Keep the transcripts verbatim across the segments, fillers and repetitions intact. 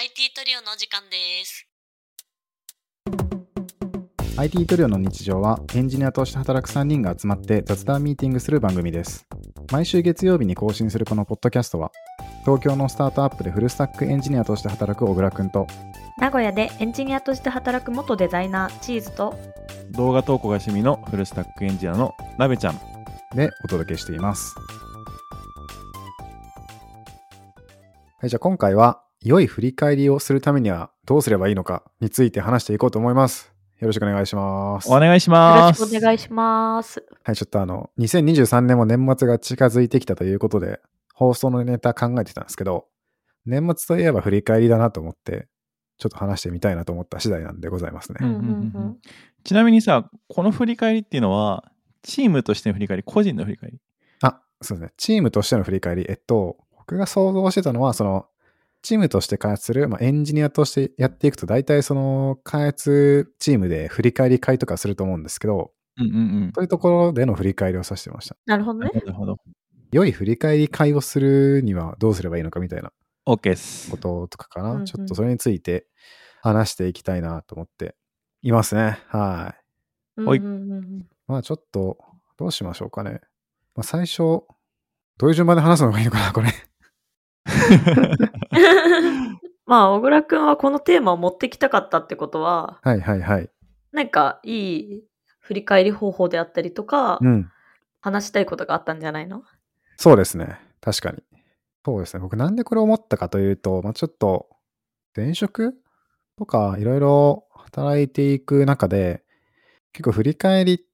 アイティー トリオのお時間です。 アイティー トリオの日常はエンジニアとして働くさんにんが集まって雑談ミーティングする番組です。毎週月曜日に更新するこのポッドキャストは、東京のスタートアップでフルスタックエンジニアとして働く小倉くんと、 名古屋でエンジニアとして働く元デザイナーチーズと、 動画投稿が趣味のフルスタックエンジニアのなべちゃんでお届けしています。はい、じゃあ今回は良い振り返りをするためにはどうすればいいのかについて話していこうと思います。よろしくお願いします。 お願いしよろます。 しくお願いします。 はい、ちょっとあのにせんにじゅうさんねんも年末が近づいてきたということで放送のネタ考えてたんですけど、年末といえば振り返りだなと思ってちょっと話してみたいなと思った次第なんでございますね。 うんうんうんうん、ちなみにさ、この振り返りっていうのはチームとしての振り返り、個人の振り返り？ あ、そうですね。チームとしての振り返り。えっと、僕が想像してたのは、その、チームとして開発する、まあ、エンジニアとしてやっていくと、大体その、開発チームで振り返り会とかすると思うんですけど、 うんうんうん、 そういうところでの振り返りをさせてました。 なるほどね。 なるほど。 良い振り返り会をするにはどうすればいいのかみたいな OK です。 こととかかな。 うんうん、 ちょっとそれについて話していきたいなと思っていますね。はい。 うんうんうん、 まあちょっと、どうしましょうかね。まあ、最初、どういう順番で話すのがいいのかな、これ。 まあ小倉くんはこのテーマを持ってきたかったってことは、 はいはいはい。 なんかいい振り返り方法であったりとか、 うん、 話したいことがあったんじゃないの？ そうですね。確かに。そうですね。僕なんでこれを思ったかというと、まあ、ちょっと前職とかいろいろ働いていく中で、結構振り返りって、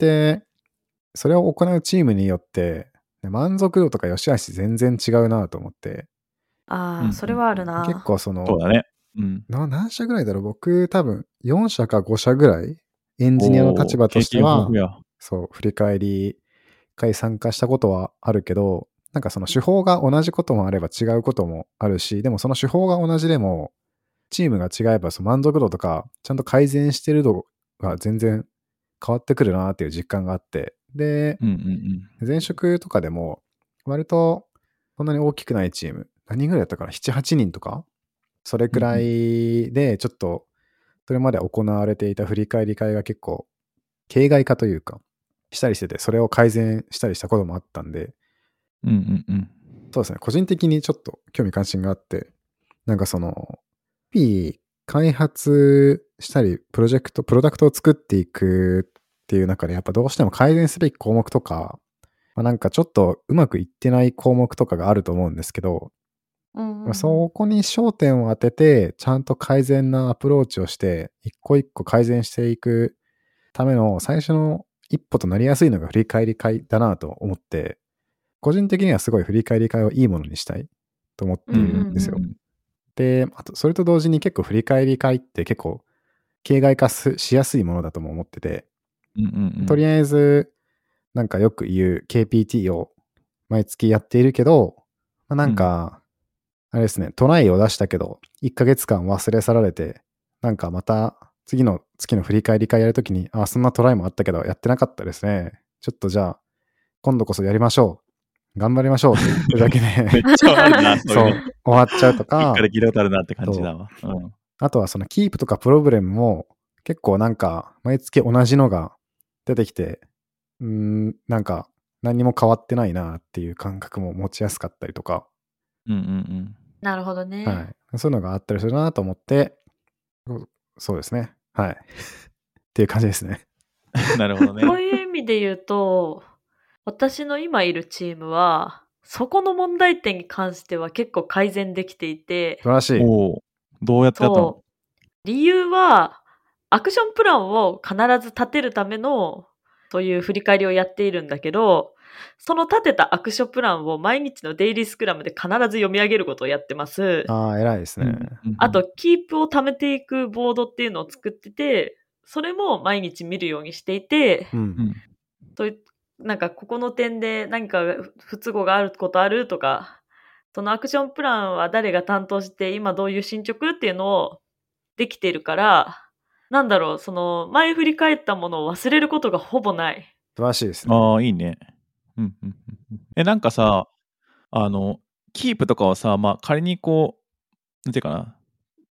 それを行うチームによって、満足度とか良し悪し全然違うなと思って。 ああ、 うんうん、 それはあるな。 結構その、 そうだね。うん。 な何社ぐらいだろう。僕多分よん社かご社ぐらい、エンジニアの立場としては、そう、振り返り会参加したことはあるけど、なんかその手法が同じこともあれば違うこともあるし、でもその手法が同じでも、チームが違えばその満足度とか、ちゃんと改善してる度が全然変わってくるなっていう実感があって、で、 うんうんうん、 前職とかでも、割とそんなに大きくないチーム、何人ぐらいだったかな、なな、はちにんとか、それくらいで、ちょっと、それまで行われていた振り返り会が結構、形骸化というか、したりしてて、それを改善したりしたこともあったんで、 うんうんうん、 そうですね、個人的にちょっと興味関心があって、なんかその、P 開発したり、プロジェクト、プロダクトを作っていくっていう中で、やっぱどうしても改善すべき項目とか、まあ、なんかちょっとうまくいってない項目とかがあると思うんですけど、 うんうんうん、 そこに焦点を当てて、ちゃんと改善なアプローチをして、一個一個改善していくための最初の一歩となりやすいのが振り返り会だなと思って、個人的にはすごい振り返り会をいいものにしたいと思っているんですよ。 うんうんうん、 で、あとそれと同時に結構振り返り会って結構形骸化しやすいものだとも思ってて、 うんうんうん、 とりあえずなんかよく言う ケーピーティー を毎月やっているけど、まあ、なんか、あれですね、トライを出したけど、いっかげつかん忘れ去られて、なんかまた次の月の振り返り会やるときに、あ、そんなトライもあったけど、やってなかったですね。ちょっとじゃあ、今度こそやりましょう。頑張りましょうって言ってるだけで、 めっちゃあるな、 そう、終わっちゃうとか、 一回で聞いたことあるなって感じだわ。うん、 あとはそのキープとかプロブレムも、結構なんか、毎月同じのが出てきて、うーん、なんか、何にも変わってないなっていう感覚も持ちやすかったりとか、 うんうんうん、 なるほどね。 はい。そういうのがあったりするなと思って、そうですね。はい。っていう感じですね。 なるほどね。 そういう意味で言うと、私の今いるチームは、そこの問題点に関しては結構改善できていて。 素晴らしい。 おどうやってやったの？ そう。理由は、アクションプランを必ず立てるための、そういう振り返りをやっているんだけど、その立てたアクションプランを毎日のデイリースクラムで必ず読み上げることをやってます。 ああ、偉いですね。うんうんうん、 あと、キープを貯めていくボードっていうのを作ってて、それも毎日見るようにしていて、 うん、 そういう、なんかここの点で何か不都合があることあるとか、そのアクションプランは誰が担当して今どういう進捗っていうのをできてるから、なんだろう、その前振り返ったものを忘れることがほぼない。 素晴らしいですね。 ああ、いいね。うんうんうん、え、なんかさ、あの、キープとかはさ、まあ仮にこう、なんていうかな、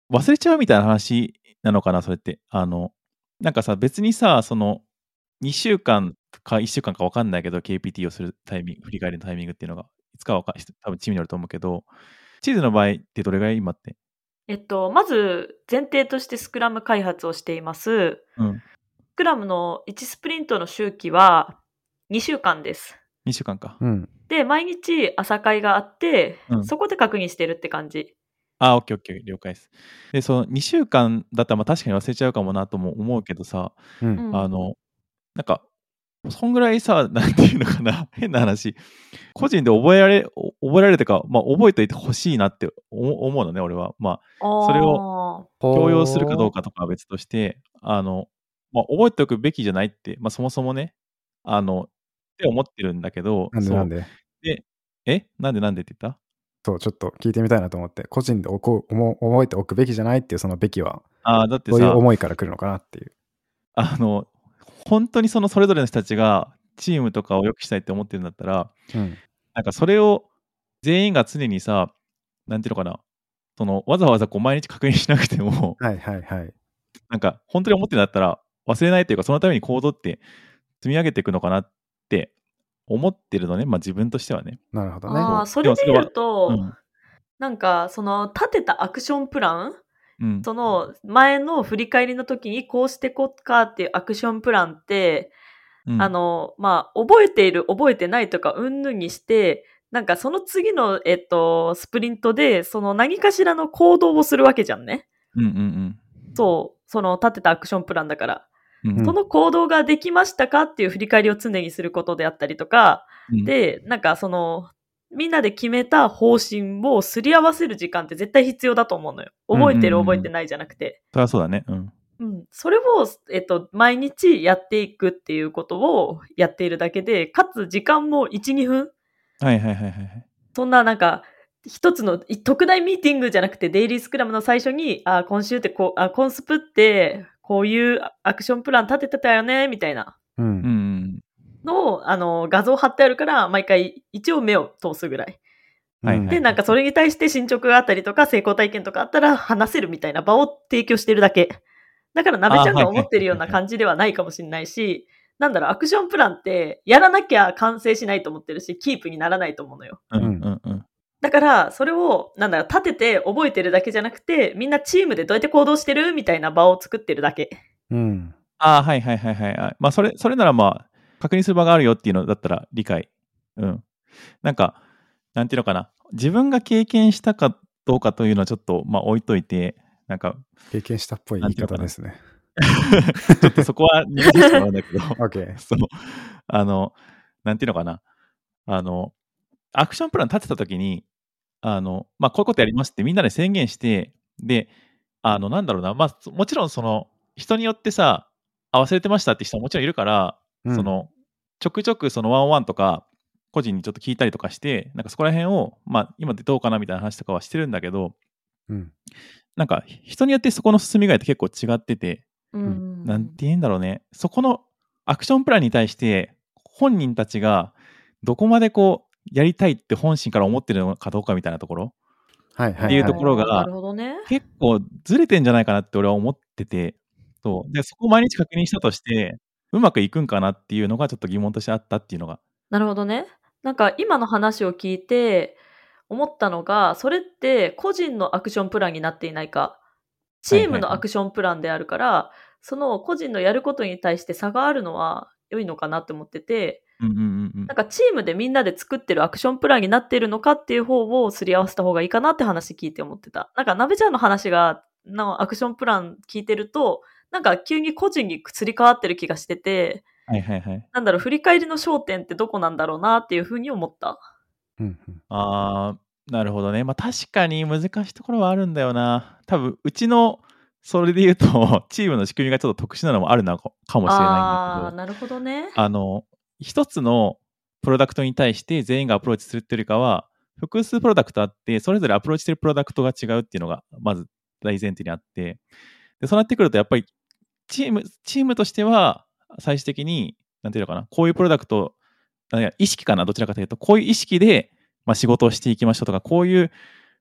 忘れちゃうみたいな話なのかな、それって。あの、なんかさ、別にさ、その、にしゅうかんかいっしゅうかんか分かんないけど、ケーピーティー をするタイミング、振り返りのタイミングっていうのが、いつかは分か多分チームによると思うけど、チーズの場合ってどれぐらい今って？ えっと、まず前提としてスクラム開発をしています。 うん。 スクラムのいちスプリントの周期はにしゅうかんです。 にしゅうかんか。 うん。 で、毎日朝会があって、 うん。 そこで確認してるって感じ。 あ、オッケーオッケー、了解です。で、そのにしゅうかんだったら、ま、確かに忘れちゃうかもなとも思うけどさ、 う。 うんん。 あの、なんか、そんぐらいさ、なんていうのかな、変な話、個人で覚えられお覚えられるってか、ま、覚えといて欲しいなっておも思うのね、俺は。ま、それをああ。 強要するかどうほかとかは別として、あの、ま、覚えておくべきじゃないって、ま、そもそもね、あの、って思ってるんだけど、そなんでなんで？ う。でえ？なんでなんでって言った？ そう、ちょっと聞いてみたいなと思って、個人でおこうおも覚えておくべきじゃないっていうそのべきは、 ああ、だってどういうさ思いから来るのかなっていう。 あの、ほんとにそのそれぞれの人たちがチームとかを良くしたいって思ってるんだったら、 うん。 なんかそれを全員が常にさ、なんていうのかな、その、わざわざこう毎日確認しなくても、 はいはいはい。 なんかほんとに思ってるんだったら、忘れないっていうか、そのために行動って積み上げていくのかなって思ってるのね、ま、自分としてはね。 なるほどね。 ああ、 そう。 そでもそれはれで言うと、 うん。 なんかその立てたアクションプラン、 うん。 その前の振り返りの時にこうしてこっかっていうアクションプランって、あうん。 の、まあ、覚えている、覚えてないとか云々にして、なんかその次の、えっと、スプリントで、その何かしらの行動をするわけじゃんね。 うんうんうん。 そう、その立てたアクションプランだから。 ううんその行動ができましたかっていう振り返りを常にすることであったりとか、 ん。 で、なんかその、みんなで決めた方針をすり合わせる時間って絶対必要だと思うのよ。 うんうんうんうん。 覚えてる覚えてないじゃなくて。 それはそうだね。うん。 うん。それを、えっと、毎日やっていくっていうことをやっているだけで、かつ時間もいち、にふん。 はいはいはいはいはい。 そんななんか、一つのい特大ミーティングじゃなくて、デイリースクラムの最初に、あ、今週ってこう、あ、コンスプってこういうアクションプラン立ててたよね、みたいなう。 うんうんん。 のを、あの、画像貼ってあるから、毎回一応目を通すぐらい。で、 はいはい。 なんかそれに対して進捗があったりとか、成功体験とかあったら話せるみたいな場を提供してるだけ。だから、なべああ、 ちゃんはいはいが思ってるようはいはい。 な感じではないかもしれないし、なんだろう、アクションプランってやらなきゃ完成しないと思ってるし、キープにならないと思うのよ。 うんうんうんうん。 だから、それを、なんだろう、立てて覚えてるだけじゃなくて、みんなチームでどうやって行動してるみたいな場を作ってるだけ。 うん。 ああ、はいはいはいはい。あ、ま、それそれなら、まあ、確認する場があるよっていうのだったら理解。うん。なんか、なんていうのかな、自分が経験したかどうかというのはちょっと、ま、置いといて、なんか、 経験したっぽい言いなんていうのかな。 方ですね。 ちょっとそこは濁させてもらうんだけど、 オッケー。 その、あの、なんていうのかな、あの、アクションプラン立てた時に、あの、ま、こういうことやりますってみんなで宣言して、で、あの、なんだろうな、ま、もちろんその、人によってさ、あ、忘れてましたって人ももちろんいるから、 うん。 その、ちょくちょくそのワンオンワンとか、個人にちょっと聞いたりとかして、なんかそこら辺を、ま、今ってどうかなみたいな話とかはしてるんだけど、 うん。 なんか人によってそこの進み具合って結構違ってて、 ううんなんて言うんだろうね、そこのアクションプランに対して、本人たちがどこまでこう、やりたいって本心から思ってるのかどうかみたいなところはいっていうとはいはい。 ああ、なころが、 るほどね。 結構ずれてんじゃないかなって俺は思ってて、そう。で、そこを毎日確認したとして、うまくいくんかなっていうのがちょっと疑問としてあったっていうのが。 なるほどね。なんか今の話を聞いて思ったのが、それって個人のアクションプランになっていないか、チームのアはいはいはい。 クションプランであるから、その個人のやることに対して差があるのは良いのかなって思ってて、 うんうんうんうん。 なんかチームでみんなで作ってるアクションプランになっているのかっていう方をすり合わせた方がいいかなって話聞いて思ってた。なんかなべちゃんの話が、のアクションプラン聞いてると、なんか急に個人にすり替わってる気がしてて、 はいはいはい。 なんだろう、振り返りの焦点ってどこなんだろうなっていうふうに思った。 うんうん。 ああ、なるほどね。ま、確かに難しいところはあるんだよな。多分うちのそれで言うと、チームの仕組みがちょっと特殊なのもあるのかかもしれないんだけああ、 ど、 なるほどね。 あの、一つのプロダクトに対して全員がアプローチするっていうよりかは、複数プロダクトあって、それぞれアプローチしてるプロダクトが違うっていうのがまず大前提にあって、で、そうなってくるとやっぱりチームチームとしては最終的に、なんていうのかな、こういうプロダクト、あ、いや、意識かな、どちらかというと、こういう意識で、ま、仕事をしていきましょうとか、こういう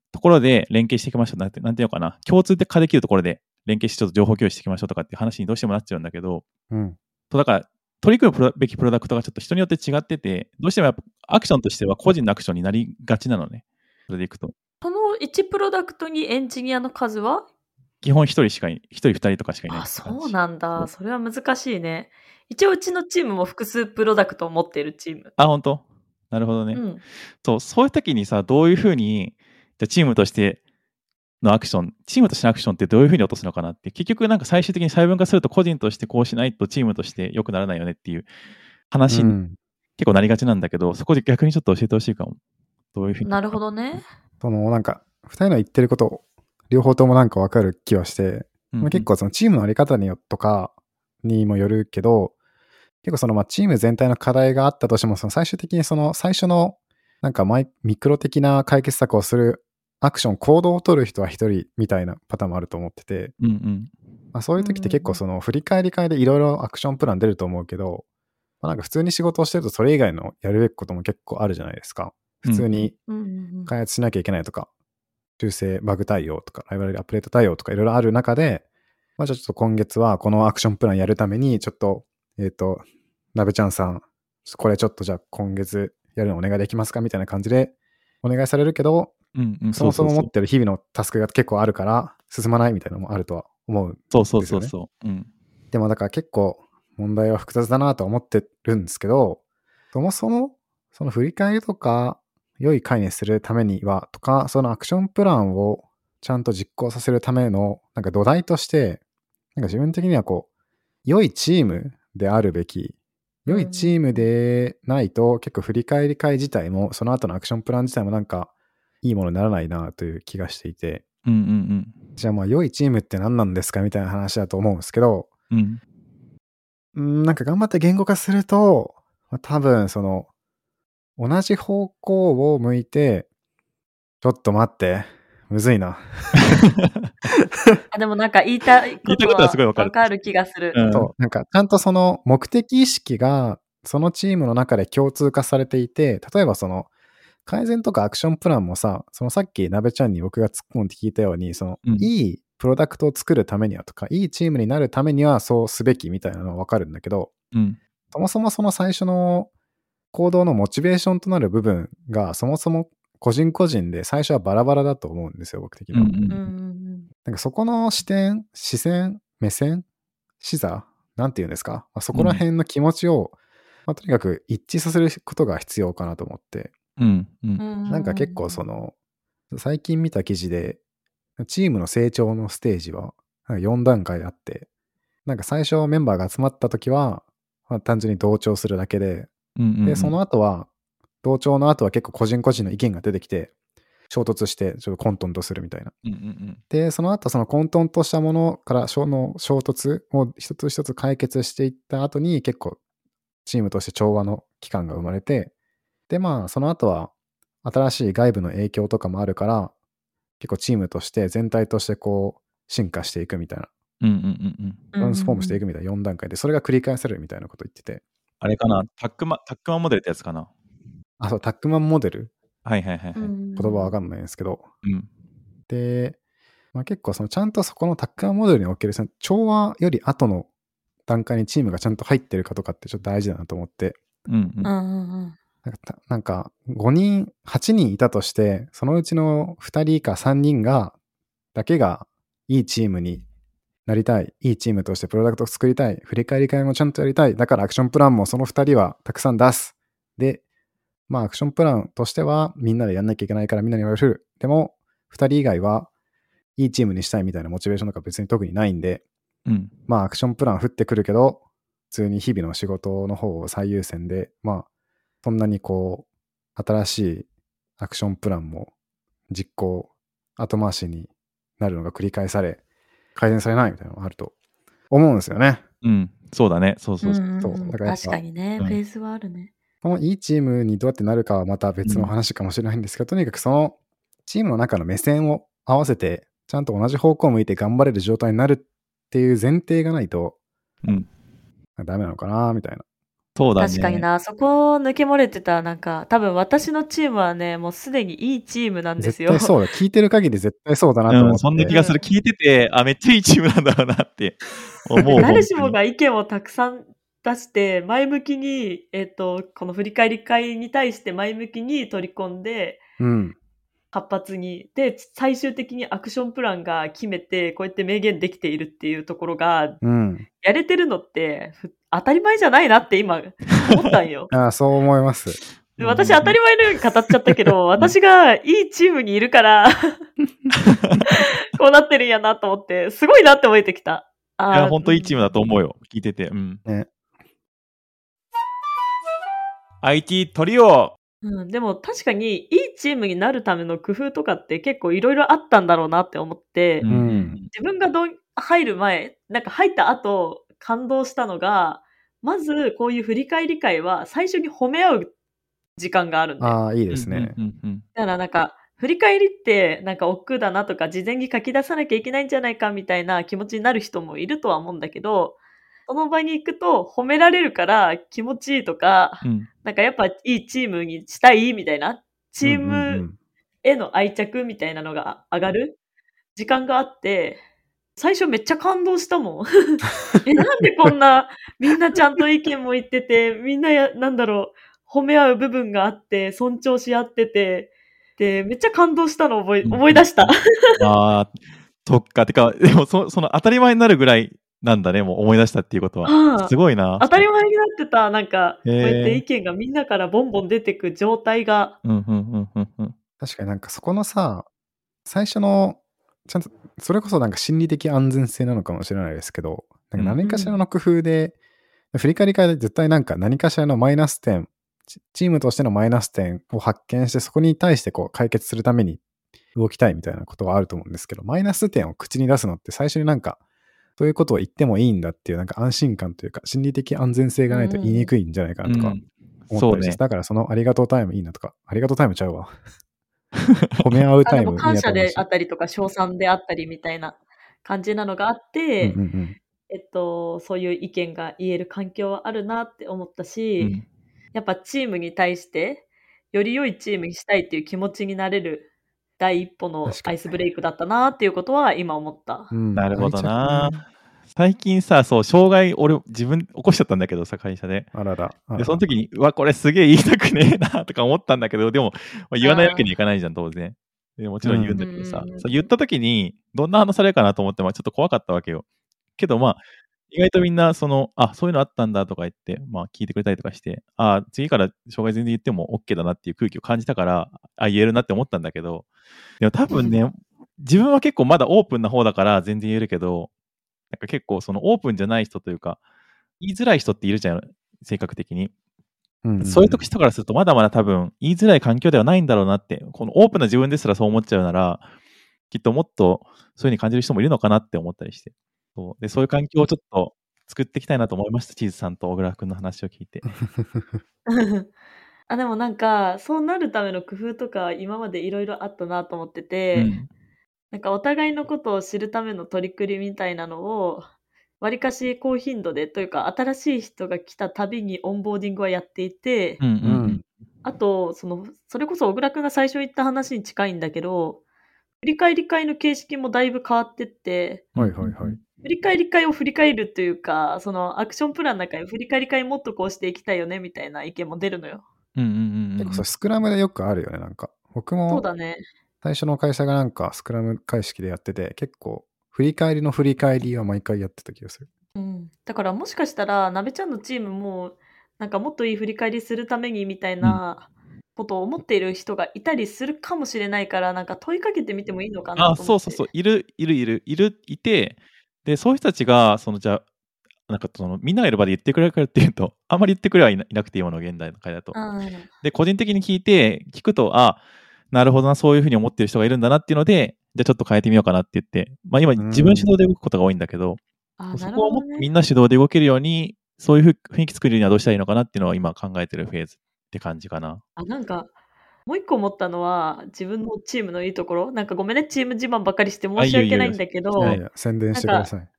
ところで連携していきましょう。なんて、なんていうのかな。共通化できるところで連携してちょっと情報共有していきましょうとかっていう話にどうしてもなっちゃうんだけど、 うん。 とだから、取り組むプロべきプロダクトがちょっと人によって違ってて、どうしてもやっぱアクションとしては個人のアクションになりがちなのね。それでいくと。 そのいちプロダクトにエンジニアの数は基本一人しかい、一人二人とかしかいないあ、 って感じ。 そうなんだ。 そうそれは難しいね。一応うちのチームも複数プロダクトを持っているチーム。 あ、本当？なるほどね。 うん。 そう、そういう時にさ、どういうふうに、じゃあチームとしてのアクション、チームとしてのアクションってどういうふうに落とすのかなって、結局なんか最終的に細分化すると個人としてこうしないとチームとして良くならないよねっていう話にうん。 結構なりがちなんだけど、そこで逆にちょっと教えてほしいかも。どういうふうに。 なるほどね。 そのなんか、二人の言ってることを両方ともなんかわかる気はして、 うんうんまあ、結構そのチームのあり方によとかにもよるけど、結構そのまあチーム全体の課題があったとしても、その最終的にその最初のなんかマイミクロ的な解決策をするアクション、行動を取る人は一人みたいなパターンもあると思ってて、 うんうんまあ、そういう時って結構その振り返り会でいろいろアクションプラン出ると思うけど、まあ、なんか普通に仕事をしてるとそれ以外のやるべきことも結構あるじゃないですか。普通にうんうんうん。 開発しなきゃいけないとか、修正、バグ対応とか、ライブラリアップデート対応とかいろいろある中で、まあ、じゃあちょっと今月はこのアクションプランやるために、ちょっと、えっと、なべちゃんさん、これちょっとじゃあ今月やるのお願いできますかみたいな感じでお願いされるけど、 うんうん、 そもそもそうそうそう持ってる日々のタスクが結構あるから進まないみたいなのもあるとは思うんですよね。 そうそうそうそう。うん。 でもだから結構問題は複雑だなとは思ってるんですけど、そもそもその振り返りとか良い回にするためにはとか、そのアクションプランをちゃんと実行させるためのなんか土台として、なんか自分的にはこう、良いチームであるべき、良いチームでないと結構振り返り会自体もその後のアクションプラン自体もなんかいいものにならないなという気がしていて、 うんうんうん。 じゃあまあ良いチームって何なんですかみたいな話だと思うんですけど、 うん。 うん、なんか頑張って言語化すると、まあ、多分その同じ方向を向いて、ちょっと待って、むずいな。 あでもなんか言いたいことは分かる気がする。 うん、そう、なんかちゃんとその目的意識がそのチームの中で共通化されていて、例えばその改善とかアクションプランもさ、そのさっきなべちゃんに僕が突っ込んで聞いたように、その、うん、いいプロダクトを作るためにはとか、いいチームになるためにはそうすべきみたいなのはわかるんだけど、 うん、 そもそもその最初の行動のモチベーションとなる部分がそもそも個人個人で最初はバラバラだと思うんですよ、僕的には。 うんうん、 なんかそこの視点、視線、目線、視座なんて言うんですか、まあ、そこら辺の気持ちを、まあ、とにかく一致させることが必要かなと思って。 うんうん、 なんか結構その最近見た記事でチームの成長のステージはよん段階あって、なんか最初メンバーが集まった時は、まあ、単純に同調するだけで、 うんうんうん、 でその後は同調の後は結構個人個人の意見が出てきて衝突してちょっと混沌とするみたいな、 うんうんうん、 でその後その混沌としたものからその衝突を一つ一つ解決していった後に結構チームとして調和の期間が生まれて、でまあその後は新しい外部の影響とかもあるから結構チームとして全体としてこう進化していくみたいな、 うんうんうん、 トランスフォームしていくみたいなよん段階でそれが繰り返されるみたいなこと言ってて、 あれかな、タックマタックマンモデルってやつかな。 あ、そうタックマンモデル、 はいはいはいはい、 言葉わかんないんですけど、 うん、 で、まあ、結構そのちゃんとそこのタックマンモデルにおけるその調和より後の段階にチームがちゃんと入ってるかとかってちょっと大事だなと思って、 うんうん、 なんかなんかごにんはちにんいたとしてそのうちのふたりかさんにんがだけがいいチームになりたい、いいチームとしてプロダクトを作りたい、振り返り会もちゃんとやりたい、だからアクションプランもそのふたりはたくさん出す。でまあアクションプランとしてはみんなでやんなきゃいけないからみんなに言われる。でもふたり以外はいいチームにしたいみたいなモチベーションとか別に特にないんで、 うん、 まあアクションプラン降ってくるけど普通に日々の仕事の方を最優先で、まあそんなにこう新しいアクションプランも実行後回しになるのが繰り返され改善されないみたいなのがあると思うんですよね。 うん、そうだね、そうそうそう。 うんうんうん、 だから確かにね、うん、フェーズはあるね。 このいいチームにどうやってなるかはまた別の話かもしれないんですけど、うん、とにかくそのチームの中の目線を合わせてちゃんと同じ方向を向いて頑張れる状態になるっていう前提がないと、 うん、 ダメなのかなみたいな。 そうだね。 確かにな、そこ抜け漏れてた。なんか、多分私のチームはね、もうすでにいいチームなんですよ。 絶対そうだ。聞いてる限り絶対そうだなと思って。 うん、そんな気がする。聞いてて、あ、めっちゃいいチームなんだろうなって思う。 誰しもが意見をたくさん出して、前向きに、えっと、この振り返り会に対して前向きに取り込んで、 うん。 活発に。で、最終的にアクションプランが決めて、こうやって明言できているっていうところが、 うん。 やれてるのって、当たり前じゃないなって今、思ったんよ。 ああ、そう思います。 私当たり前のように語っちゃったけど、私がいいチームにいるから、こうなってるんやなと思って、すごいなって思えてきた。 いや、ほんといいチームだと思うよ。聞いてて。うん。 ね。 アイティー トリオ。 うん、でも確かに、いいチームになるための工夫とかって結構いろいろあったんだろうなって思って、 うん。 自分がどう入る前、なんか入った後、感動したのが、まずこういう振り返り会は最初に褒め合う時間があるんだよ。 ああ、いいですね。 うんうんうん。 だからなんか、振り返りってなんか億劫だなとか、事前に書き出さなきゃいけないんじゃないかみたいな気持ちになる人もいるとは思うんだけど、その場に行くと褒められるから気持ちいいとか、 うん。 なんかやっぱいいチームにしたいみたいな、チーうんうんうムん。 への愛着みたいなのが上がる時間があって、最初めっちゃ感動したもん。え、なんでこんなみんなちゃんと意見も言ってて、みんなやなんだろう、褒め合う部分があって、尊重し合ってて、で、めっちゃ感動したのを覚えうん。 思い出した。 ああ、そっか。てか、でもそその当たり前になるぐらいなんだね、もう思い出したっていうことは。 ああ、 すごいな。 当たり前になってた、なんか、こうやってへえ。 意見がみんなからボンボン出てく状態が。 うんうんうんうんうん。 確かになんかそこのさ、最初の、ちゃんと、それこそなんか心理的安全性なのかもしれないですけど、なんかうん。 何かしらの工夫で、振り返り会で絶対なんか何かしらのマイナス点、チチームとしてのマイナス点を発見して、そこに対してこう解決するために動きたいみたいなことはあると思うんですけど、マイナス点を口に出すのって最初になんか、そういうことを言ってもいいんだっていうなんか安心感というか、心理的安全性がないと言いにくいんじゃないかなとかうん。 思ったりして、 そうね。 だからそのありがとうタイムいいなとか、ありがとうタイムちゃうわ。褒め合うあ、でもタイムいい感謝であなと思うし。 ったりとか、称賛であったりみたいな感じなのがあっうんて、 うんうん。 えっと、そういう意見が言える環境はあるなって思ったうし、 ん。 やっぱチームに対して、より良いチームにしたいっていう気持ちになれる第一歩の確かに。 アイスブレイクだったなっていうことは今思った。 うん、 なるほ愛着どな。 ね。 最近さ、そう、障害、俺、自分起こしちゃったんだけどさ、会社で。 あらら、あで、 らら。 その時に、うわ、これすげえ言いたくねえなとか思ったんだけど、でも、ま、言わないわけにあはいかないじゃん、当然。で、もちろん言うんうん。 うんだけどさ、 うんうん。 そう言った時に、どんな反応されるかなと思って、ま、ちょっと怖かったわけよ。けど、まあ、意外とみんなその、あ、そういうのあったんだとか言って、まあ、聞いてくれたりとかして、ああ、次から障害全然言ってもオッケーだなっていう空気を感じたから、あ、言えるなって思ったんだけど、でも多分ね、自分は結構まだオープンな方だから全然言えるけど、なんか結構そのオープンじゃない人というか、言いづらい人っているじゃん、性格的に。 うんうんうん。 そういう時人からするとまだまだ多分言いづらい環境ではないんだろうなって、このオープンな自分ですらそう思っちゃうなら、きっともっとそういう風に感じる人もいるのかなって思ったりして。そう。で、そういう環境をちょっと作っていきたいなと思いました。チーズさんと小倉君の話を聞いて。 あ、でもなんか、そうなるための工夫とか今までいろいろあったなと思ってうて、 ん。 なんかお互いのことを知るための取り組みみたいなのを、わりかし高頻度でというか、新しい人が来たたびにオンボーディングはやっていて、 うんうんううん。 ん。 あと、その、それこそ小倉くんが最初言った話に近いんだけど、振り返り会の形式もだいぶ変わってって、 はいはいはい。 振り返り会を振り返るというか、そのアクションプランの中に振り返り会もっとこうしていきたいよねみたいな意見も出るのよ。 うんうんうんうんうん。 結構それスクラムでよくあるよね、なんか。僕そうもだね。 最初の会社がなんかスクラム形式でやってて、結構振り返りの振り返りは毎回やってた気がする。 うん。だからもしかしたら、なべちゃんのチームも、なんかもっといい振り返りするためにみたいうん。 なことを思っている人がいたりするかもしれないから、なんか問いかけてみてもいいのかなあ、 と思っそうそうそう。 て。 いるいるいるいるいて、で、そういう人たちが、その、じゃあ、なんかその、みんながいる場で言ってくれるかっていうと、あんまり言ってくれはいないなくて今の現代の会だと。 うん。 で、個人的に聞いて、聞くと、あ、なるほどな、そういう風に思ってる人がいるんだなっていうので、じゃあちょっと変えてみようかなって言って、ま、今う自分主導ん。 で動くことが多いんだけど、 あ、 そなるこをもっとみほどね。 んな主導で動けるように、そういうふ雰囲気作るにはどうしたらいいのかなっていうのは今考えてるフェーズって感じかな。 あ、なんか、もう一個思ったのは、自分のチームのいいところ、なんかごめんね、チーム自慢ばっかりしてあ、 申しいいよいいよいいよ。 訳ないんだけはい。 ど、 いやいや、宣伝なんかしてください。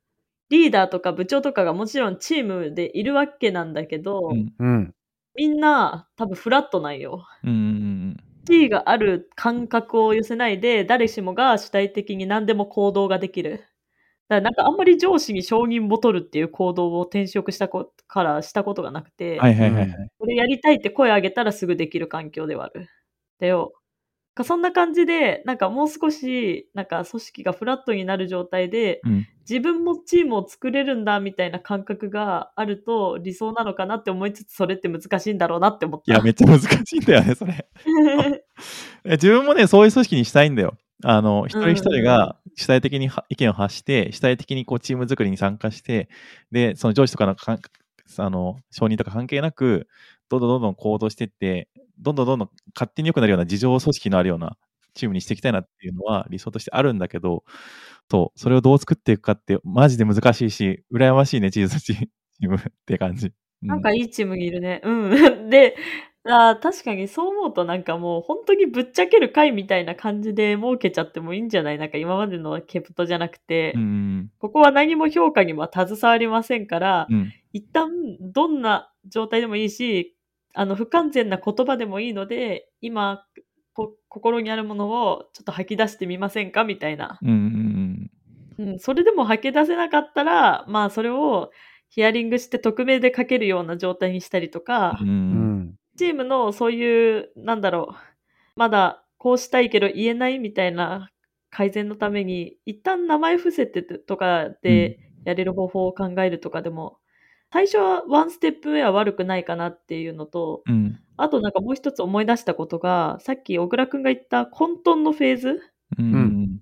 リーダーとか部長とかがもちろんチームでいるわけなんだけど、 うんうん。 みんな多分フラットなんよ。 うんうん地位がある感覚を寄せないで、誰しもが主体的に何でも行動ができる。だからなんかあんまり上司に承認を取るっていう行動を転職したこからしたことがなくて、 はいはいはいはい。 これやりたいって声上げたらすぐできる環境ではある。だよ。かそんな感じで、なんかもう少し、なんか組織がフラットになる状態で、 うん。 自分もチームを作れるんだみたいな感覚があると理想なのかなって思いつつ、それって難しいんだろうなって思っいや、 た。 めっちゃ難しいんだよね、それ。え自分もね、そういう組織にしたいんだよ。あの、一人一人が主体的には意見を発して、主体的にこうチーム作りに参加して、で、その上司とかのかんあの承認とか関係なく、どんどんどんどん行動していって、どんどんどんどん勝手に良くなるような自助組織のあるようなチームにしていきたいなっていうのは理想としてあるんだけど、そう、それをどう作っていくかってマジで難しいし、羨ましいね、チーズチームって感じ。うん、 なんかいいチームにいるね。うん。で、あー確かにそう思うとなんかもう本当にぶっちゃける会みたいな感じで設けちゃってもいいんじゃない？なんか今までのケプトじゃなくて、 うん、 ここは何も評価には携わりませんから、 うん、 一旦どんな状態でもいいし、あの不完全な言葉でもいいので、今こ心にあるものをちょっと吐き出してみませんかみたいな。 うん、うんうん、それでも吐き出せなかったら、まあそれをヒアリングして匿名で書けるような状態にしたりとか、 うん、 ううん、 ん。 チームのそういう、なんだろう、まだこうしたいけど言えないみたいな改善のために、一旦名前伏せてとかでやれる方法を考えるとかでも、最初はワンステップ目は悪くないかなっていうのと、 うん、 あとなんかもう一つ思い出したことが、さっき小倉くんが言った混沌のフェーズうん、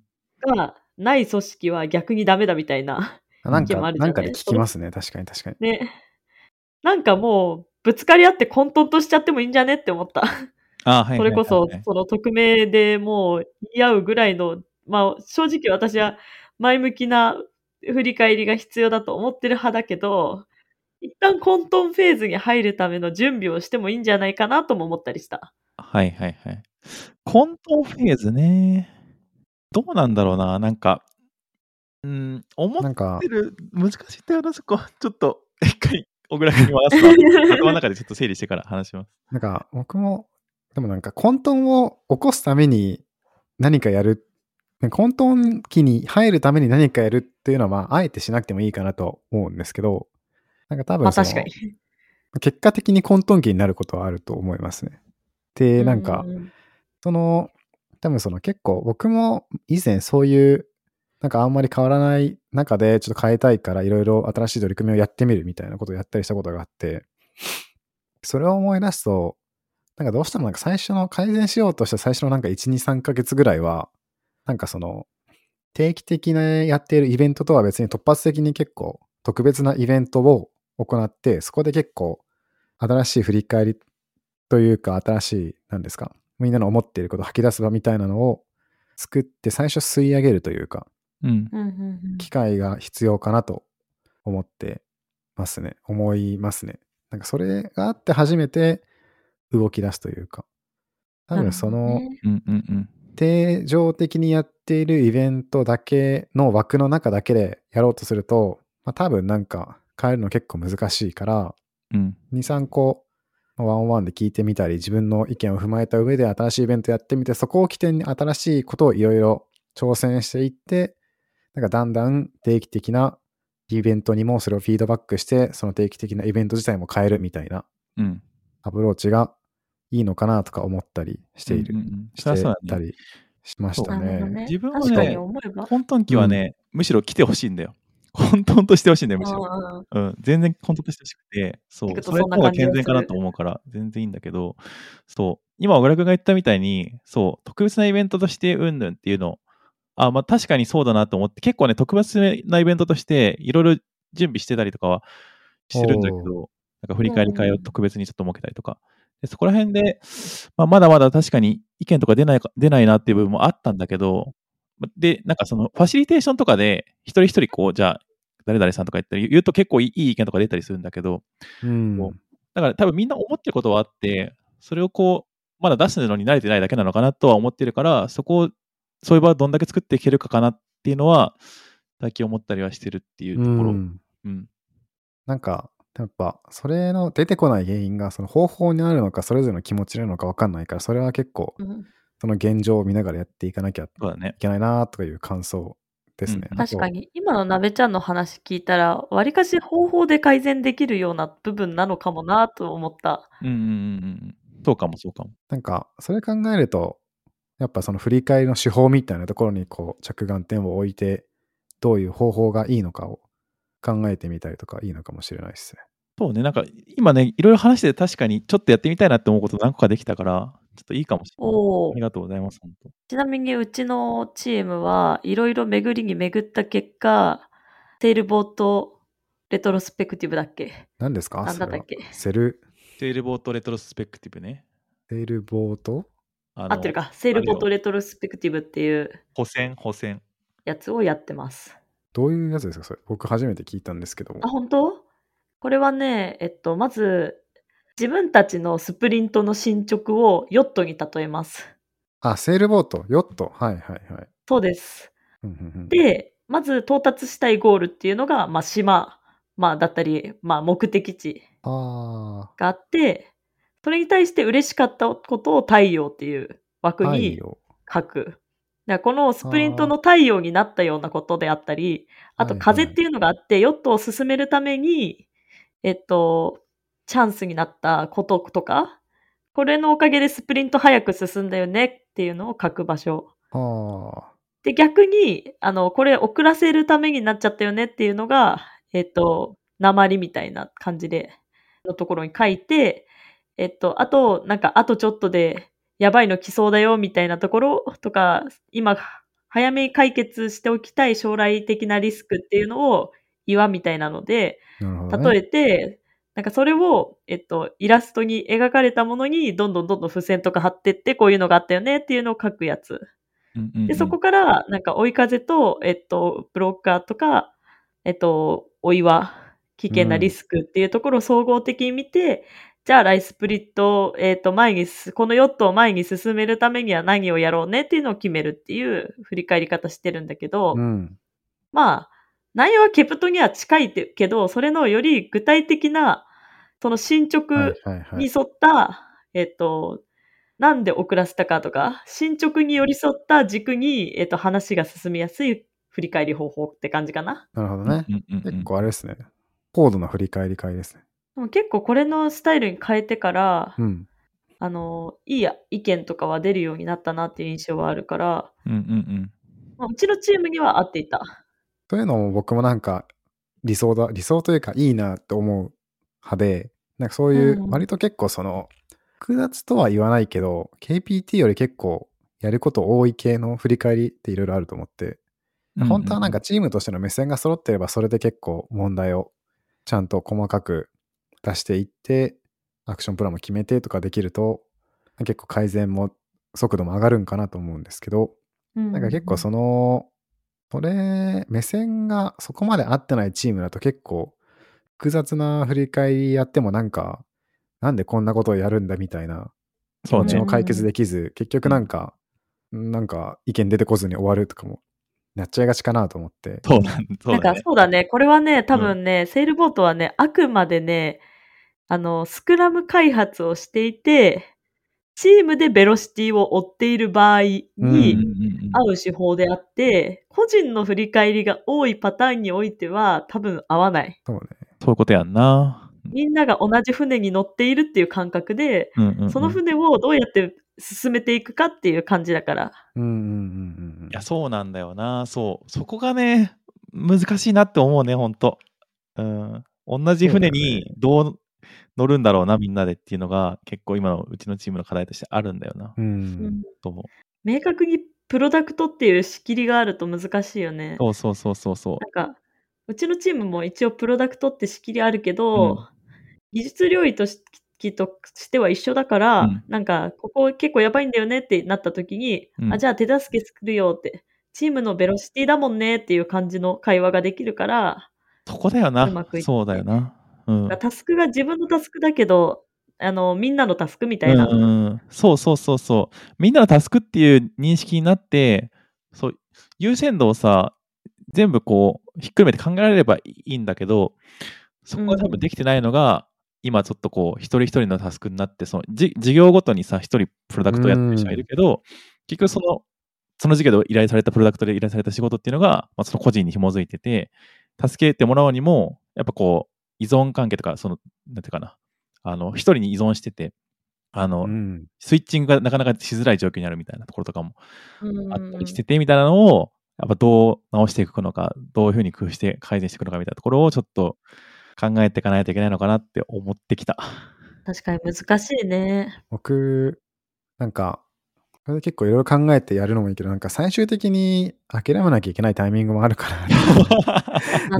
がない組織は逆にダメだみたいななんか意見もあ、るじなんかでゃんね。 聞きますね。確かに確かに。 ね。なんかもう、ぶつかり合って混沌としちゃってもいいんじゃねって思った。 あ、はいはいはいそれこそ、 はい。 その匿名でもう言い合うぐらいの、まあ正直私は前向きな振り返りが必要だと思ってる派だけど、一旦混沌フェーズに入るための準備をしてもいいんじゃないかなとも思ったりした。 はいはいはい。混沌フェーズね。どうなんだろうな。なんか、うん、思っなんか、 てる、難しいんだよな、そこ。ちょっと、一回、小倉君に回すわ。頭の中でちょっと整理してから話します。 なんか僕も、でもなんか混沌を起こすために何かやる、混沌期に入るために何かやるっていうのは、まあ、あえてしなくてもいいかなと思うんですけど、なんか多分その、 まあ確かに。 結果的に混沌期になることはあると思いますね。で、なんか、 うんうんうん、 その、多分その結構僕も以前そういうなんかあんまり変わらない中でちょっと変えたいからいろいろ新しい取り組みをやってみるみたいなことをやったりしたことがあって、それを思い出すと、なんかどうしてもなんか最初の改善しようとした最初のなんかいち、に、さんかげつぐらいは、なんかその定期的なやっているイベントとは別に突発的に結構特別なイベントを行って、そこで結構新しい振り返りというか新しい、なんですか、みんなの思っていることを吐き出す場みたいなのを作って最初吸い上げるというか、 うん。 うんうんうん、 機会が必要かなと思ってますね。思いますね。なんかそれがあって初めて動き出すというか、多分そのうんうんうん。 定常的にやっているイベントだけの枠の中だけでやろうとすると、まあ、多分なんか変えるの結構難しいから、 うん。 に、さんこワンオンワンで聞いてみたり、自分の意見を踏まえた上で新しいイベントやってみて、そこを起点に新しいことをいろいろ挑戦していって、なんかだんだん定期的なイベントにもそれをフィードバックして、その定期的なイベント自体も変えるみたいなうん。 アプローチがいいのかなとか思ったりしている、 うんうんうん。 しそりゃそうだね。 てたりしましたなるほどね。 ね。 自分は確かにね、 思えば。 混沌期はね、むしろ来てほしいんだよ。混沌としてほしいんだよ、むしろ。 あうん、全然混沌としてほしくて、そう、それの方が健全かなと思うから、全然いいんだけど、そう、今、小倉君が言ったみたいに、そう、特別なイベントとしてうんぬんっていうの、あ、まあ確かにそうだなと思って、結構ね、特別なイベントとして、いろいろ準備してたりとかはしてるんだけど、なんか振り返り会を特別にちょっと設けたりとか。でそこら辺で、まあ、まだまだ確かに意見とか出ないか、出ないなっていう部分もあったんだけど、で、なんかそのファシリテーションとかで、一人一人こう、じゃあ、誰々さんとか言ったら言うと結構いい意見とか出たりするんだけど、 うん、 だから多分みんな思ってることはあって、それをこう、まだ出すのに慣れてないだけなのかなとは思ってるから、そこを、そういう場をどんだけ作っていけるかかなっていうのは、 だけ思ったりはしてるっていううところ。 ん。 うん。 なんか、やっぱ、それの出てこない原因が、その方法にあるのか、それぞれの気持ちなのか分かんないから、それは結構、 うん、 その現状を見ながらやっていかなきゃいそうだね。 けないなとかいう感想ですね。 うんあと確かに、今のなべちゃんの話聞いたら、わりかし方法で改善できるような部分なのかもなと思った。 うんうんうんうん。そうかもそうかも。 なんか、それ考えると、やっぱその振り返りの手法みたいなところにこう着眼点を置いて、どういう方法がいいのかを考えてみたりとかいいのかもしれないですね。 そうね、なんか今ね、いろいろ話してて確かにちょっとやってみたいなって思うこと何個かできたから、ちょっといいかもしれない。 おー。 ありがとうございます、本当。 ちなみにうちのチームはいろいろ巡りに巡った結果、セールボートレトロスペクティブだっけ？ 何ですか？ なんだったっけ？ セル、 セールボートレトロスペクティブね。 セールボートあ合ってるか。セールボートレトロスペクティブっていう補選、補選。 やつをやってます。 どういうやつですかそれ？僕初めて聞いたんですけども。 あ、本当？これはね、えっと、まず、自分たちのスプリントの進捗をヨットに例えます。 あ、セールボート、ヨット。はいはいはい。 そうです。 うんうんうん、 で、まず到達したいゴールっていうのが、まあ、島、まあ、だったり、まあ、目的地あがあって、それに対して嬉しかったことを太陽っていう枠ー、太に陽。 書く。だからこのスプリントの太陽になったようなことであったり、あと風っていうのがあって、ヨットを進めるために、えっと、チャンスになったこととか、これのおかげでスプリント早く進んだよねっていうのを書く場所。 あで、逆に、あの、これ遅らせるためになっちゃったよねっていうのが、えっと、鉛みたいな感じで、のところに書いて、えっと、あと、なんか、あとちょっとで、やばいの来そうだよみたいなところとか、今、早めに解決しておきたい将来的なリスクっていうのを岩みたいなので、 なるほどね、 例えて、なんかそれを、えっと、イラストに描かれたものにどんどんどんどん付箋とか貼ってって、こういうのがあったよねっていうのを書くやつ。 うんうんうん、 で、そこから、なんか追い風と、えっと、ブロッカーとか、えっと、お岩、危険なリスクっていうところを総合的に見て、うん、じゃあライスプリット、えっと、前に、このヨットを前に進めるためには何をやろうねっていうのを決めるっていう振り返り方してるんだけど、 うん、 まあ、内容はケプトには近いけど、それのより具体的な、その進捗に沿った、はいはいはい、えっと、なんで遅らせたかとか、進捗に寄り添った軸に、えっと、話が進みやすい振り返り方法って感じかな。 なるほどね。 うんうんうんうん、 結構あれですね。高度な振り返り会ですね。 でも結構これのスタイルに変えてから、 うん、 あの、いいや意見とかは出るようになったなっていう印象はあるから、 うんうんうんまあ、うちのチームには合っていた。 そういうのも僕もなんか理想だ、理想というかいいなって思う派で、なんかそういう割と結構その、複雑とは言わないけど、ケーピーティー より結構やること多い系の振り返りっていろいろあると思って、うんうんうん、本当はなんかチームとしての目線が揃ってればそれで結構問題をちゃんと細かく出していって、アクションプランも決めてとかできると、結構改善も速度も上がるんかなと思うんですけど、うんうんうん、なんか結構その、それ、目線がそこまで合ってないチームだと結構複雑な振り返りやってもなんか、なんでこんなことをやるんだみたいな気持ちも解決できず、ね、結局なんか、うん、なんか意見出てこずに終わるとかもなっちゃいがちかなと思って。 そうなん、そうだね。 なんかそうだね。これはね、多分ね、うん、セールボートはね、あくまでね、あの、スクラム開発をしていて、チームでベロシティを追っている場合に合う手法であって、うん、個人の振り返りが多いパターンにおいては多分合わない。 そうね。 そういうことやんな。 みんなが同じ船に乗っているっていう感覚で、うんうんうん、その船をどうやって進めていくかっていう感じだから。 うんうんうんうん。 いや、そうなんだよな。そう。そこがね、難しいなって思うね、ほんと。うん。同じ船にどう乗るんだろうな、みんなでっていうのが結構今のうちのチームの課題としてあるんだよな。 うん。 そう。 明確にプロダクトっていう仕切りがあると難しいよね。 そうそうそうそうそう。 なんか、うちのチームも一応プロダクトって仕切りあるけど、うん、技術領域としては一緒だから、うん、なんか、ここ結構やばいんだよねってなった時に、うん、あ、じゃあ手助け作るよって、チームのベロシティだもんねっていう感じの会話ができるから、 そこだよな。 うまくいって。 そうだよな。うん。 タスクが自分のタスクだけど、あの、みんなのタスクみたいな。 うんうん、そうそうそうそう。みんなのタスクっていう認識になって、そう、優先度をさ、 全部こう、ひっくるめて考えられればいいんだけど、そこが多分できてないのが、今ちょっとこう、一人一人のタスクになって、そのじ事業ごとにさ、一人プロダクトをやってる人がいるけど、結局その、その事業で依頼されたプロダクトで依頼された仕事っていうのが、まあ、その個人に紐づいてて、助けてもらうにも、やっぱこう、依存関係とか、その、なんていうかな、あの、一人に依存してて、あの、 うん、 スイッチングがなかなかしづらい状況にあるみたいなところとかもうんあったりしてて、みたいなのを、やっぱどう直していくのか、どういうふうに工夫して改善していくのかみたいなところをちょっと考えていかないといけないのかなって思ってきた。 確かに難しいね。 僕、なんか、それで結構いろいろ考えてやるのもいいけど、なんか最終的に諦めなきゃいけないタイミングもあるから、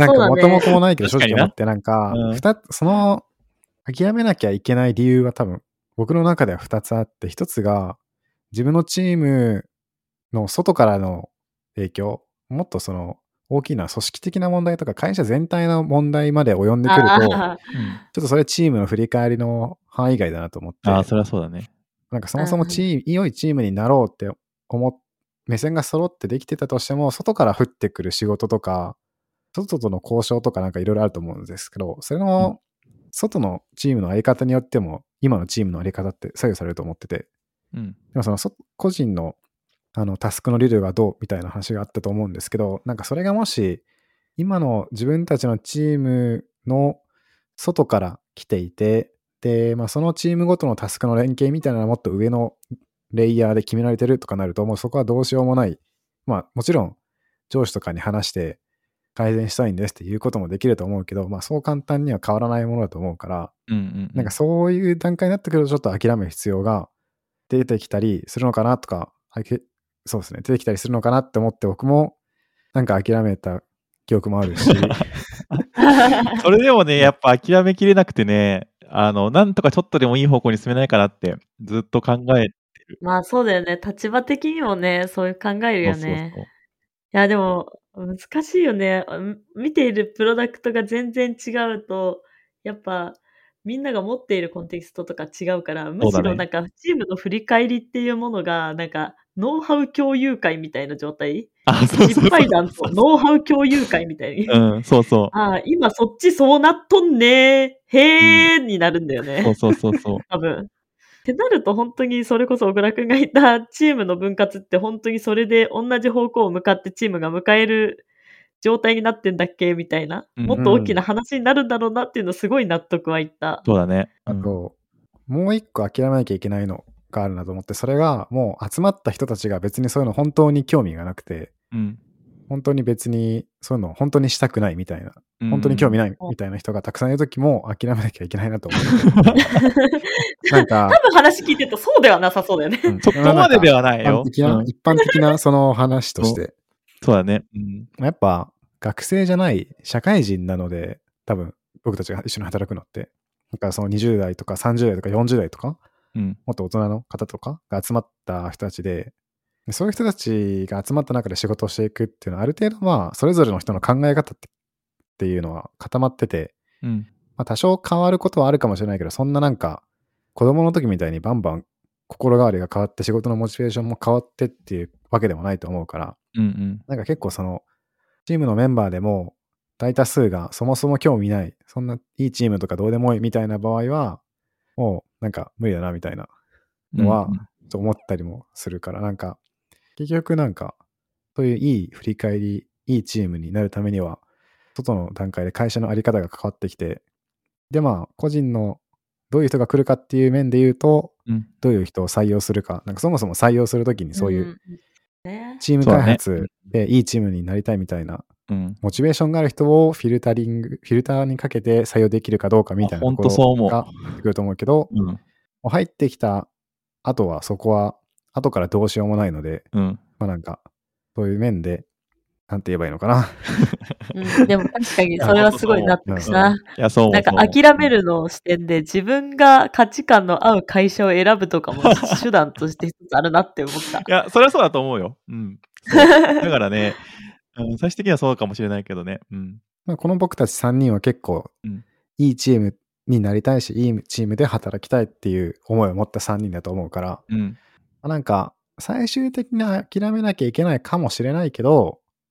なんか元も子もないけど正直思って、なんか、二つ、その、諦めなきゃいけない理由は多分、僕の中では二つあって、一つが、自分のチームの外からの影響、もっとその、大きな組織的な問題とか会社全体の問題まで及んでくると、ちょっとそれチームの振り返りの範囲外だなと思って。 ああ、それはそうだね。 なんかそもそもチーム、良いチームになろうって思っ、目線が揃ってできてたとしても、外から降ってくる仕事とか、外との交渉とかなんかいろいろあると思うんですけど、それの外のチームのあり方によっても、今のチームのあり方って左右されると思ってて、 うん、 でもその個人のあのタスクのリルがどうみたいな話があったと思うんですけど、なんかそれがもし、今の自分たちのチームの外から来ていて、で、まあ、そのチームごとのタスクの連携みたいなのはもっと上のレイヤーで決められてるとかなると、もうそこはどうしようもない。まあ、もちろん上司とかに話して改善したいんですっていうこともできると思うけど、まあ、そう簡単には変わらないものだと思うから、 うんうんうん、 なんかそういう段階になってくるとちょっと諦める必要が出てきたりするのかなとか、そうですね、出てきたりするのかなって思って、僕もなんか諦めた記憶もあるし。 それでもね、やっぱ諦めきれなくてね、あの、なんとかちょっとでもいい方向に進めないかなってずっと考えてる。 まあそうだよね。立場的にもね、そういう考えるよね。そうそうそう。いや、でも、難しいよね。見ているプロダクトが全然違うと、やっぱ、みんなが持っているコンテキストとか違うから、むしろなんか、チームの振り返りっていうものが、なんか、ノウハウ共有会みたいな状態？ あ、そうそうそうそう。 失敗談とノウハウ共有会みたいに。 うん、そうそう。 ああ、今そっちそうなっとんねー。へー、うん、になるんだよね。 そうそうそうそう。 多分。ってなると本当にそれこそ小倉くんが言ったチームの分割って本当にそれで同じ方向を向かってチームが迎える状態になってんだっけみたいな、うん、もっと大きな話になるんだろうなっていうのすごい納得はいった。 そうだね。 うん、あと、もう一個諦めなきゃいけないのがあるなと思って、それがもう集まった人たちが別にそういうの本当に興味がなくて、うん、本当に別にそういうの本当にしたくないみたいな、うん、本当に興味ないみたいな人がたくさんいるときも諦めなきゃいけないなと思ってなんか多分話聞いてるとそうではなさそうだよね、 うん、そこまでではないよ。 一般的な、うん、一般的なその話としてそうだね、 うん、やっぱ学生じゃない社会人なので、多分僕たちが一緒に働くのってなんかそのにじゅう代とかさんじゅう代とかよんじゅう代とか、うん、もっと大人の方とかが集まった人たちで、そういう人たちが集まった中で仕事をしていくっていうのはある程度まあそれぞれの人の考え方っていうのは固まってて、うんまあ、多少変わることはあるかもしれないけど、そんななんか子供の時みたいにバンバン心変わりが変わって仕事のモチベーションも変わってっていうわけでもないと思うから、うんうん、なんか結構そのチームのメンバーでも大多数がそもそも興味ない、そんないいチームとかどうでもいいみたいな場合はもうなんか無理だなみたいなのはと思ったりもするから、なんか結局なんかそういういい振り返り、いいチームになるためには外の段階で会社のあり方が関わってきて、でまあ個人のどういう人が来るかっていう面で言うと、うん、どういう人を採用するか、なんかそもそも採用するときにそういうチーム開発でいいチームになりたいみたいな、うん、モチベーションがある人をフィルタリング、フィルターにかけて採用できるかどうかみたいなところが出てくると思うけど、うん、もう入ってきた後はそこは後からどうしようもないので、うん、まあなんかそういう面でなんて言えばいいのかな、 うん、でも確かにそれはすごい納得した。いやそうなんか諦めるの視点で自分が価値観の合う会社を選ぶとかも手段として一つあるなって思った。 いやそれはそうだと思うよ。うん。だからね、うん、最終的にはそうかもしれないけどね。うん。 まあ、この僕たちさんにんは結構、うん、いいチームになりたいし、いいチームで働きたいっていう思いを持ったさんにんだと思うから、うん、なんか最終的に諦めなきゃいけないかもしれないけど、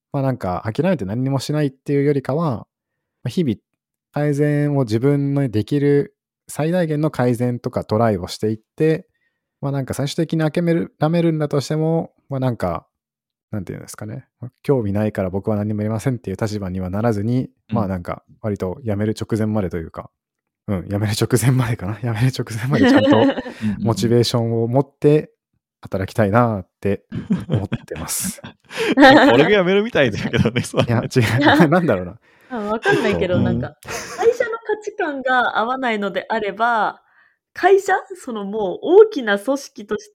まあなんか諦めて何にもしないっていうよりかは、日々改善を自分のできる最大限の改善とかトライをしていって、まあなんか最終的に諦める、諦めるんだとしても、まあなんか、なんていうんですかね、興味ないから僕は何もやりませんっていう立場にはならずに、 うんまあなんか割と辞める直前までというか、うん、辞める直前までかな。辞める直前までちゃんとモチベーションを持って働きたいなって思ってます。 俺が辞めるみたいだけどね、そういや、違う。なんだろうな。 あわかんないけど、 うんなんか、会社の価値観が合わないのであれば、会社そのもう大きな組織として、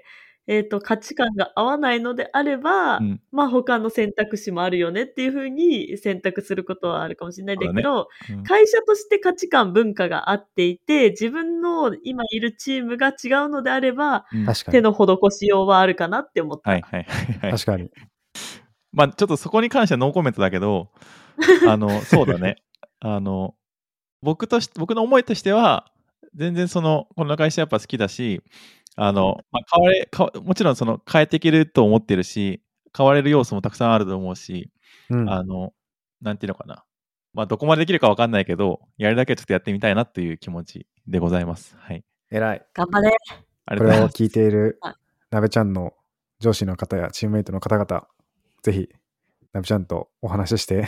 えっと、価値観が合わないのであれば、 うんまあ他の選択肢もあるよねっていう風に選択することはあるかもしれないんだけど、 うん会社として価値観、文化が合っていて、自分の今いるチームが違うのであれば、 うん確かに。 手の施しようはあるかなって思った。 はいはいはいはい。 確かに。 まあちょっとそこに関してはノーコメントだけど、あの、そうだね。あの、僕とし、僕の思いとしては、全然その、この会社やっぱ好きだし、あの、まあ、変われ、変わもちろんその変えていけると思ってるし、変われる要素もたくさんあると思うし、 うん。 あの、なんていうのかな。まあ、どこまでできるかわかんないけど、やるだけちょっとやってみたいなっていう気持ちでございます。はい。 偉い。 頑張れ。 ありがとうございます。 これを聞いているはいなべちゃんの上司の方やチームメイトの方々、ぜひ、なべちゃんとお話しして、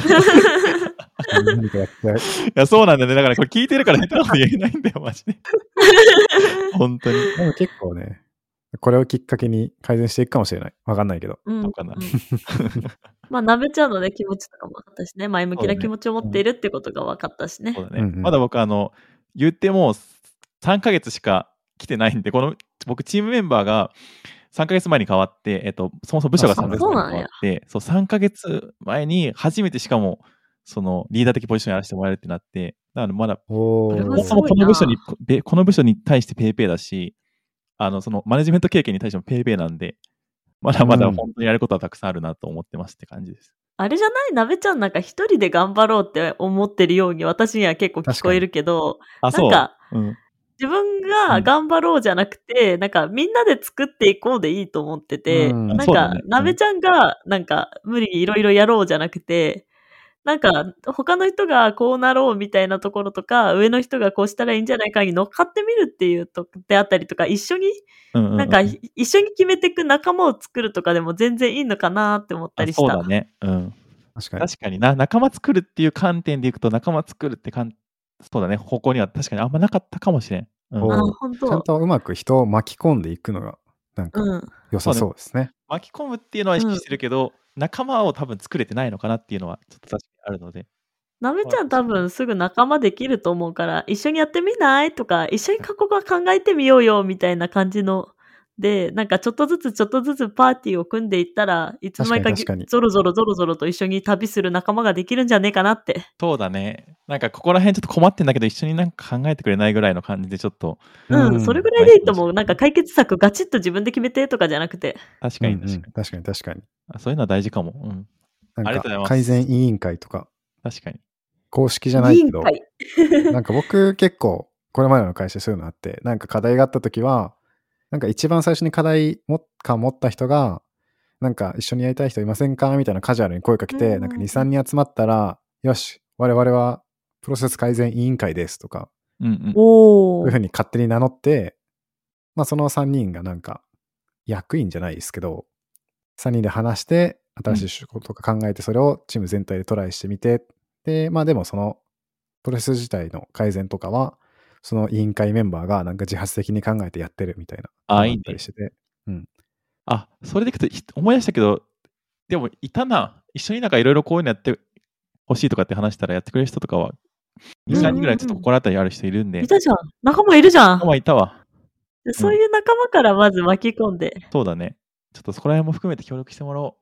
何かやって、 いや、そうなんだよね。だからこれ聞いてるから下手なこと言えないんだよ、マジで。本当に。 でも結構ね、これをきっかけに改善していくかもしれない。わかんないけど。 うんそうかなうんまあ、なべちゃんのね、気持ちとかも分かったしね、前向きな気持ちを持っているってことが分かったしね。 そうだね。 うんうんまだ僕、あの、言ってもうさんかげつしか来てないんで、この、僕、チームメンバーがさんかげつまえに変わって、えっと、そもそも部署があそう 3ヶ月前に変わって、そう、さんかげつまえに初めてしかも、その、リーダー的ポジションやらせてもらえるってなって、だからまだ、 おこれはーそもそもすごいなこの部署に、べこの部署に対してペイペイだし、あの、その、マネジメント経験に対してもペイペイなんで、まだまだうん本当にやることはたくさんあるなと思ってますって感じです。 あれじゃないなべちゃんなんか一人で頑張ろうって思ってるように私には結構聞こえるけど、 あ、そう。 なんか、 うん。 自分が頑張ろうじゃなくて、なんかみんなで作っていこうでいいと思ってて、 うんなんかそうだね、 なべちゃんがなんか無理にいろいろやろうじゃなくて、なんか他の人がこうなろうみたいなところとか、上の人がこうしたらいいんじゃないかに乗っかってみるっていうとであったりとか、一緒にうんうんうん、 なんか一緒に決めていく仲間を作るとかでも全然いいのかなって思ったりした。 あそうだね。うん。 確かに。 確かにな、仲間作るっていう観点でいくと、仲間作るってかん、そうだね、方向には確かにあんまなかったかもしれん。うんおーあ、本当。 ちゃんとうまく人を巻き込んでいくのが、なんかうん。 良さそうですね。 巻き込むっていうのは意識してるけど、仲間を多分作れてないのかなっていうのはちょっと確かにあるので。 なべちゃん多分すぐ仲間できると思うから、一緒にやってみないとか、一緒に過去が考えてみようよみたいな感じの。で、なんかちょっとずつちょっとずつパーティーを組んでいったら、いつの間にか確かに確かにゾロゾロゾロゾロと一緒に旅する仲間ができるんじゃねえかなって。 そうだね。なんかここら辺ちょっと困ってんだけど、一緒になんか考えてくれないぐらいの感じでちょっと、 うん、それぐらいでいいと思う。なんか解決策ガチッと自分で決めてとかじゃなくて。 確うんうんかに確かに。 確かに確かに。 あそういうのは大事かも。うん。 なんかありがとうございます改善委員会とか、 確かに。 公式じゃないけど、 委員会。 なんか僕結構これまでの会社そういうのあって、なんか課題があった時は、なんか一番最初に課題も感持った人が、なんか一緒にやりたい人いませんかみたいなカジュアルに声かけて、 うんうんうんなんかに、さんにん集まったら、よし、我々はプロセス改善委員会ですとか、 うんうん。 おー。 そういうふうに勝手に名乗って、まあそのさんにんがなんか役員じゃないですけど、さんにんで話して、新しい仕事とか考えて、それをチーム全体でトライしてみて、で、まあでもそのプロセス自体の改善とかは、その委員会メンバーがなんか自発的に考えてやってるみたいなのがあいいねったりしてて、 あ、それでいくとひ思い出したけど、でもいたな。一緒になんかいろいろこういうのやってほしいとかって話したらやってくれる人とかは、に、さんにんぐらいちょっと心当たりある人いるんで。 いたじゃん。仲間いるじゃん。 あ、いたわ。 でそういう仲間からまず巻き込んで。 そうだね。ちょっとそこら辺も含めて協力してもらおう。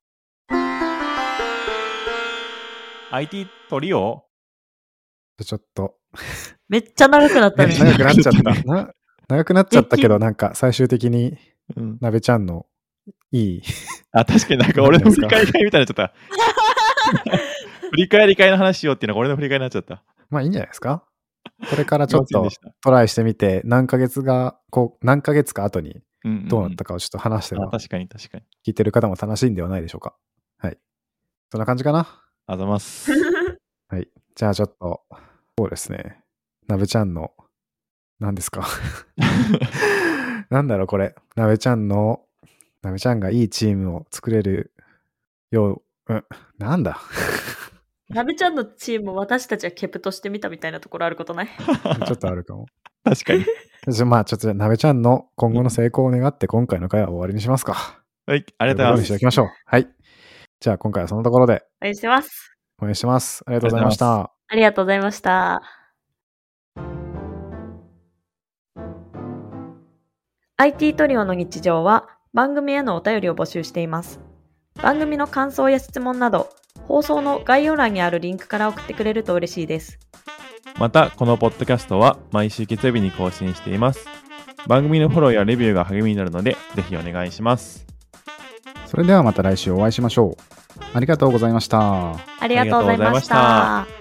アイティー トリオちょっと、 めっちゃ長くなったね。 長くなっちゃった。な長くなっちゃったけど、 激なんか最終的に、 うん。 なべちゃんのいい、 あ、確かになんか俺の振り返り会みたいになっちゃった。振り返り会の話しようっていうのが俺の振り返りになっちゃった。 まあいいんじゃないですか。これからちょっとすいませんでしたトライしてみて、何ヶ月が、こう、何ヶ月か後にうんうんうんどうなったかをちょっと話してあも、 確かに確かに。 聞いてる方も楽しいんではないでしょうか。はい。 そんな感じかな。 ありがとうございます。 はい。じゃあちょっと、そうですね。なべちゃんの、何ですかなんだろうこれ。なべちゃんの、なべちゃんがいいチームを作れるよう、うん、なんだなべちゃんのチームを私たちはケプとしてみたみたいなところあることないちょっとあるかも。 確かに。 まあちょっとなべちゃんの今後の成功を願って今回の回は終わりにしますか。 はい、ありがとうございます。 しておきましょう。はい。じゃあ今回はそのところで。 応援してます。 応援してます。ありがとうございました。 ありがとうございました。アイティー トリオの日常は番組へのお便りを募集しています。番組の感想や質問など、放送の概要欄にあるリンクから送ってくれると嬉しいです。 また、このポッドキャストは毎週月曜日に更新しています。番組のフォローやレビューが励みになるので、ぜひお願いします。 それではまた来週お会いしましょう。ありがとうございました。 ありがとうございました。